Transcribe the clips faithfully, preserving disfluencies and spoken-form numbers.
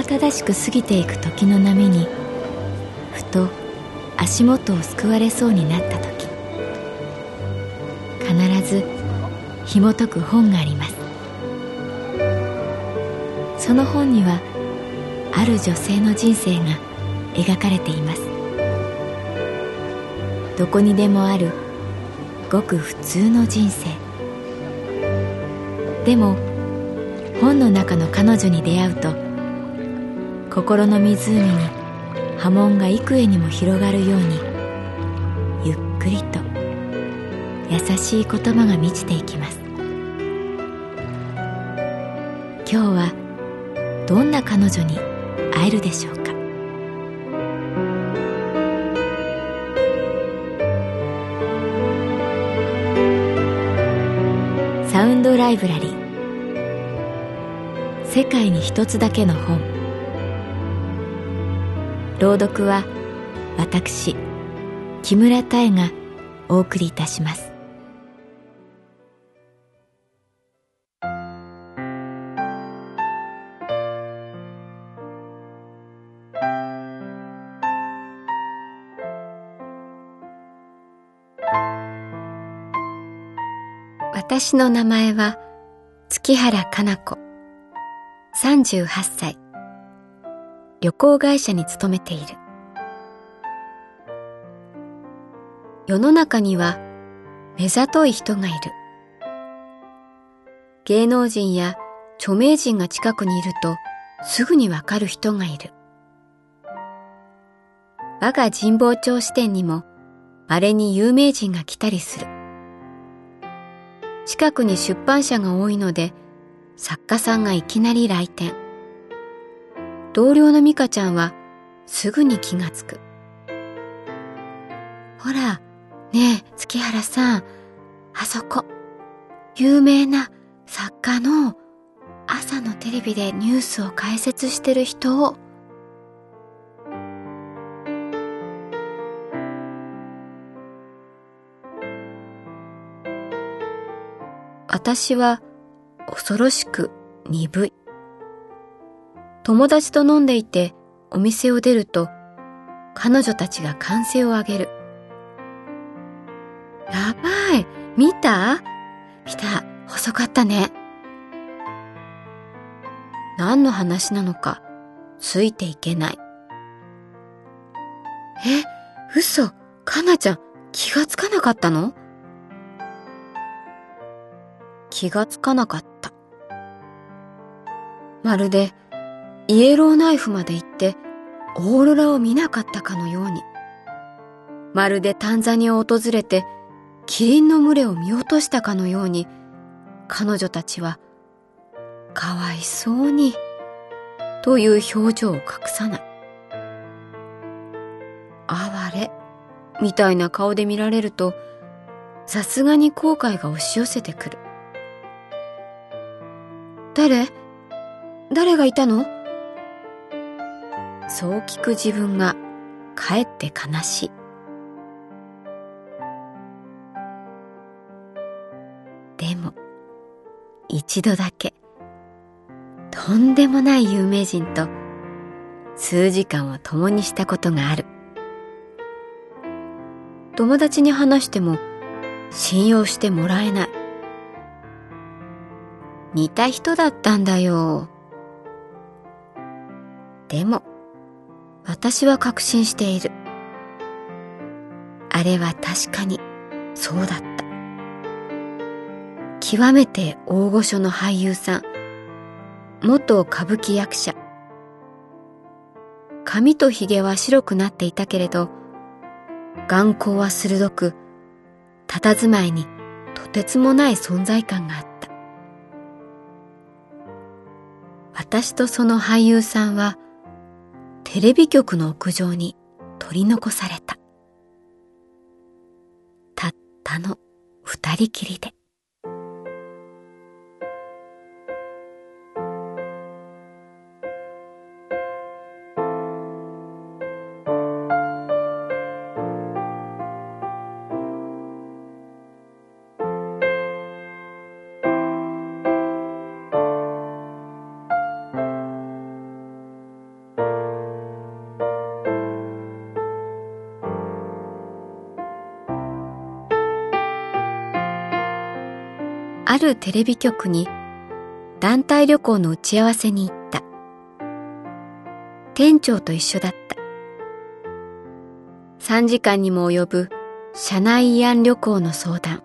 慌ただしく過ぎていく時の波にふと足元をすくわれそうになった時、必ず紐解く本があります。その本にはある女性の人生が描かれています。どこにでもあるごく普通の人生。でも本の中の彼女に出会うと、心の湖に波紋が幾重にも広がるように、ゆっくりと優しい言葉が満ちていきます。今日はどんな彼女に会えるでしょうか。サウンドライブラリー、世界に一つだけの本。朗読は私木村多江がお送りいたします。私の名前は月原かな子、さんじゅうはっさい、旅行会社に勤めている。世の中には目ざとい人がいる。芸能人や著名人が近くにいるとすぐにわかる人がいる。我が神保町支店にも稀に有名人が来たりする。近くに出版社が多いので、作家さんがいきなり来店。同僚の美香ちゃんはすぐに気がつく。ほら、ねえ月原さん、あそこ、有名な作家の朝のテレビでニュースを解説してる人を。私は恐ろしく鈍い。友達と飲んでいてお店を出ると、彼女たちが歓声を上げる。やばい、見た？人細かったね。何の話なのかついていけない。え、嘘、かなちゃん気がつかなかったの？気がつかなかった。まるでイエローナイフまで行ってオーロラを見なかったかのように、まるでタンザニアを訪れてキリンの群れを見落としたかのように、彼女たちはかわいそうにという表情を隠さない。哀れみたいな顔で見られると、さすがに後悔が押し寄せてくる。誰？誰がいたの？そう聞く自分がかえって悲しい。でも一度だけとんでもない有名人と数時間を共にしたことがある。友達に話しても信用してもらえない。似た人だったんだよ。でも私は確信している。あれは確かにそうだった。極めて大御所の俳優さん、元歌舞伎役者。髪とひげは白くなっていたけれど、眼光は鋭く、佇まいにとてつもない存在感があった。私とその俳優さんはテレビ局の屋上に取り残された。たったの二人きりで。 あるテレビ局に団体旅行の打ち合わせに行った。店長と一緒だった。さんじかんにも及ぶ社内慰安旅行の相談。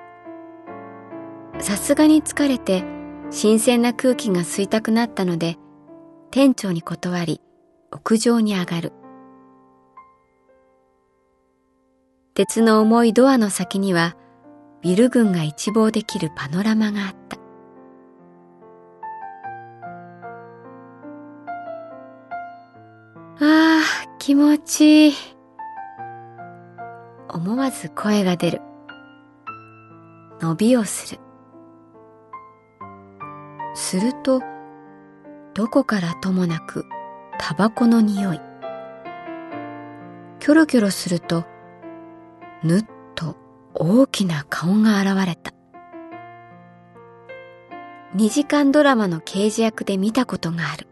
さすがに疲れて新鮮な空気が吸いたくなったので、店長に断り屋上に上がる。鉄の重いドアの先にはビル群が一望できるパノラマがあった。ああ、気持ちいい。思わず声が出る。伸びをする。すると、どこからともなくタバコの匂い。キョロキョロすると、ぬっと大きな顔が現れた。にじかんドラマの刑事役で見たことがある。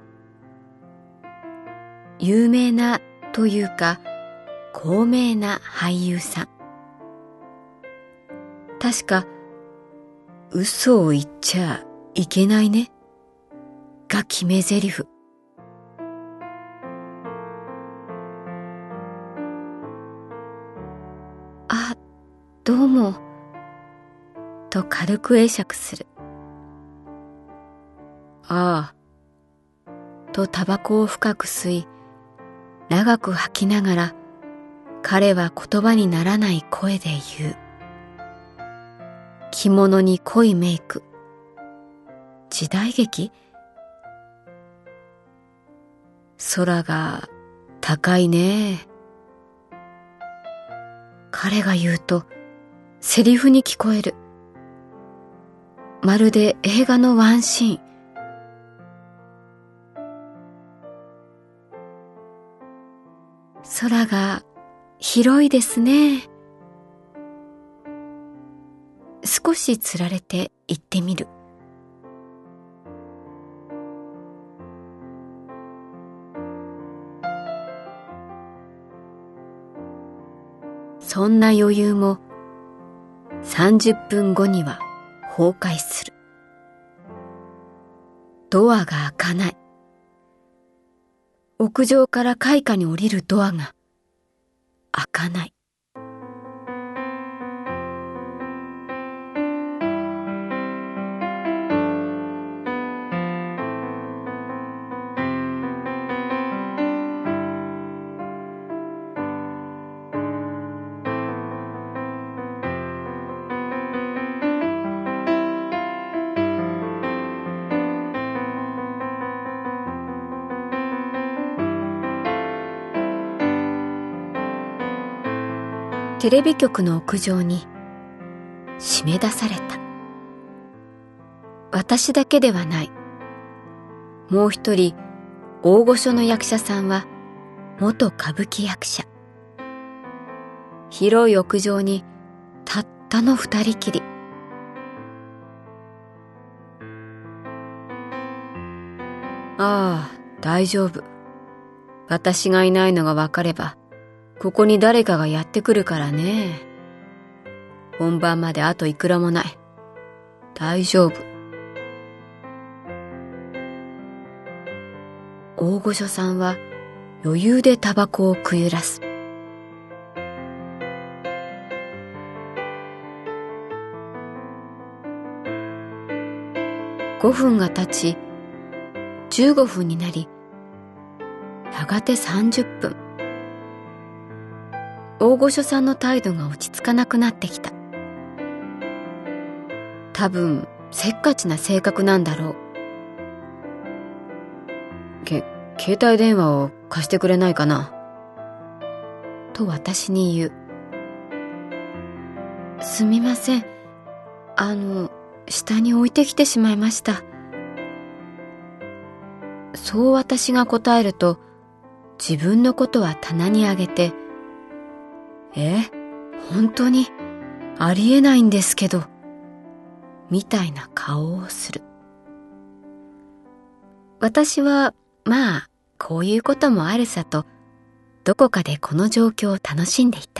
有名なというか、高名な俳優さん。確か、嘘を言っちゃいけないね、が決め台詞。あ、どうも、と軽く会釈する。ああ、とタバコを深く吸い、長く吐きながら、彼は言葉にならない声で言う。着物に濃いメイク。時代劇？空が高いね。彼が言うと、セリフに聞こえる。まるで映画のワンシーン。空が広いですね。少しつられて行ってみる。そんな余裕もさんじゅっぷんごには崩壊する。ドアが開かない。屋上から階下に降りるドアが開かない。テレビ局の屋上に締め出された。私だけではない。もう一人大御所の役者さんは元歌舞伎役者。広い屋上にたったの二人きり。ああ、大丈夫。私がいないのがわかればここに誰かがやってくるからね。本番まであといくらもない。大丈夫。大御所さんは余裕でタバコをくゆらす。ごふんが経ち、じゅうごふんになり、やがてさんじゅっぷん。大御所さんの態度が落ち着かなくなってきた。多分せっかちな性格なんだろう。け、携帯電話を貸してくれないかな、と私に言う。すみません。あの、下に置いてきてしまいました。そう私が答えると、自分のことは棚にあげて、え、本当にありえないんですけど、みたいな顔をする。私はまあこういうこともあるさと、どこかでこの状況を楽しんでいた。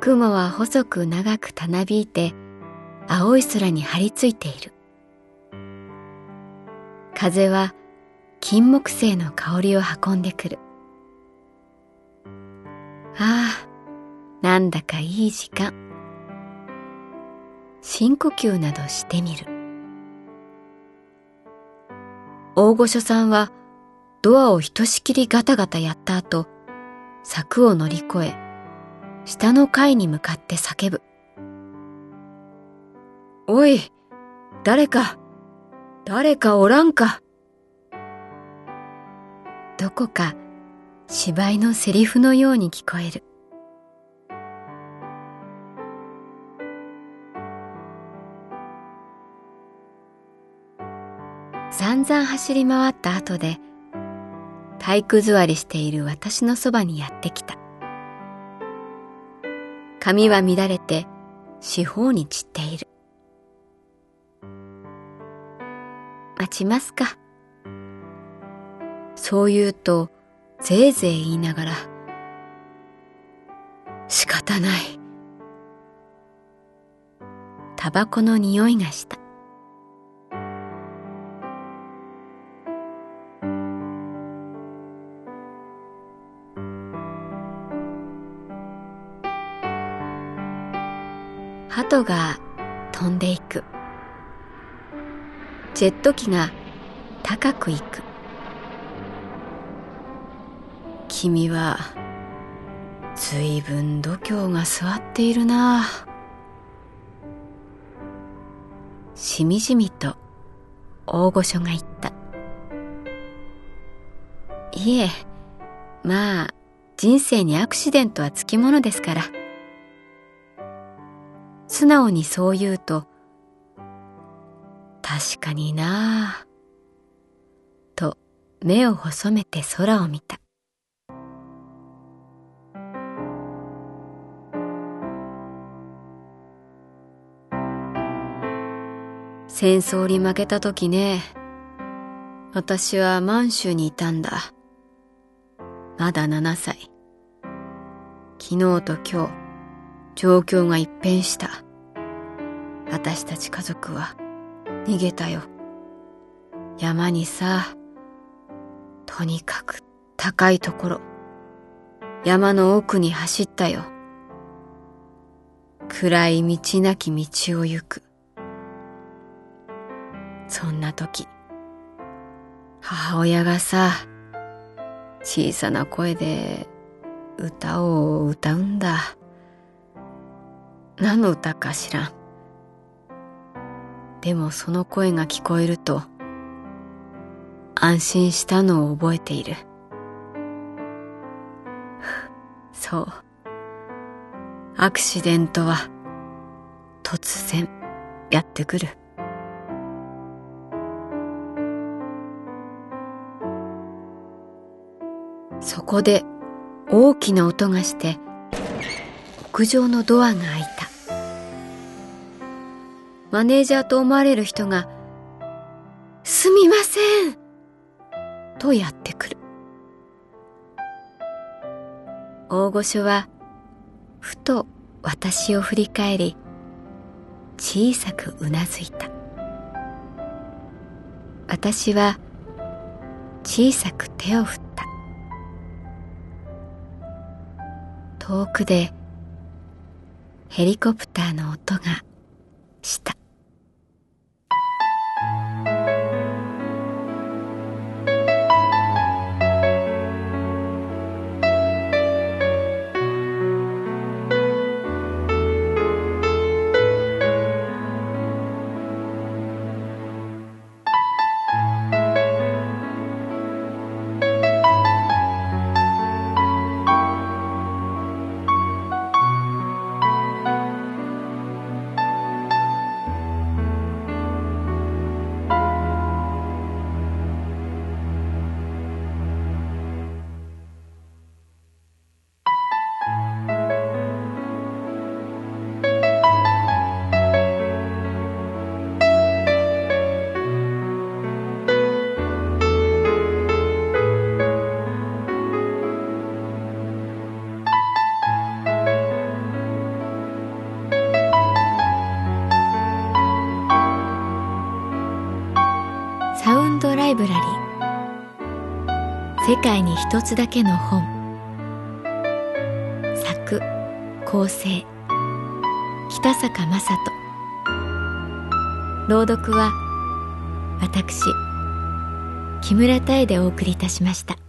雲は細く長くたなびいて青い空に張り付いている。風は金木犀の香りを運んでくる。ああ、なんだかいい時間。深呼吸などしてみる。大御所さんはドアをひとしきりガタガタやった後、柵を乗り越え、下の階に向かって叫ぶ。おい、誰か、誰かおらんか。どこか芝居のセリフのように聞こえる。散々走り回った後で、体育座りしている私のそばにやってきた。髪は乱れて四方に散っている。待ちますか。そう言うとぜいぜい言いながら、仕方ない。タバコの匂いがした。鳩が飛んでいく。ジェット機が高く行く。君はずいぶん度胸が据わっているな。しみじみと大御所が言った。いえ、まあ人生にアクシデントはつきものですから。素直にそう言うと、確かになあ、と目を細めて空を見た。戦争に負けた時ね、私は満州にいたんだ。まだななさい。昨日と今日、状況が一変した。私たち家族は逃げたよ。山にさ、とにかく高いところ、山の奥に走ったよ。暗い道なき道を行く。そんな時、母親がさ、小さな声で歌を歌うんだ。何の歌か知らん。でもその声が聞こえると安心したのを覚えている。そう、アクシデントは突然やってくる。そこで大きな音がして屋上のドアが開いた。マネージャーと思われる人が、すみませんとやってくる。大御所はふと私を振り返り、小さくうなずいた。私は小さく手を振った。遠くでヘリコプターの音がした。 イブラリー、世界に一つだけの本。作・構成北坂雅人。朗読は私木村多江でお送りいたしました。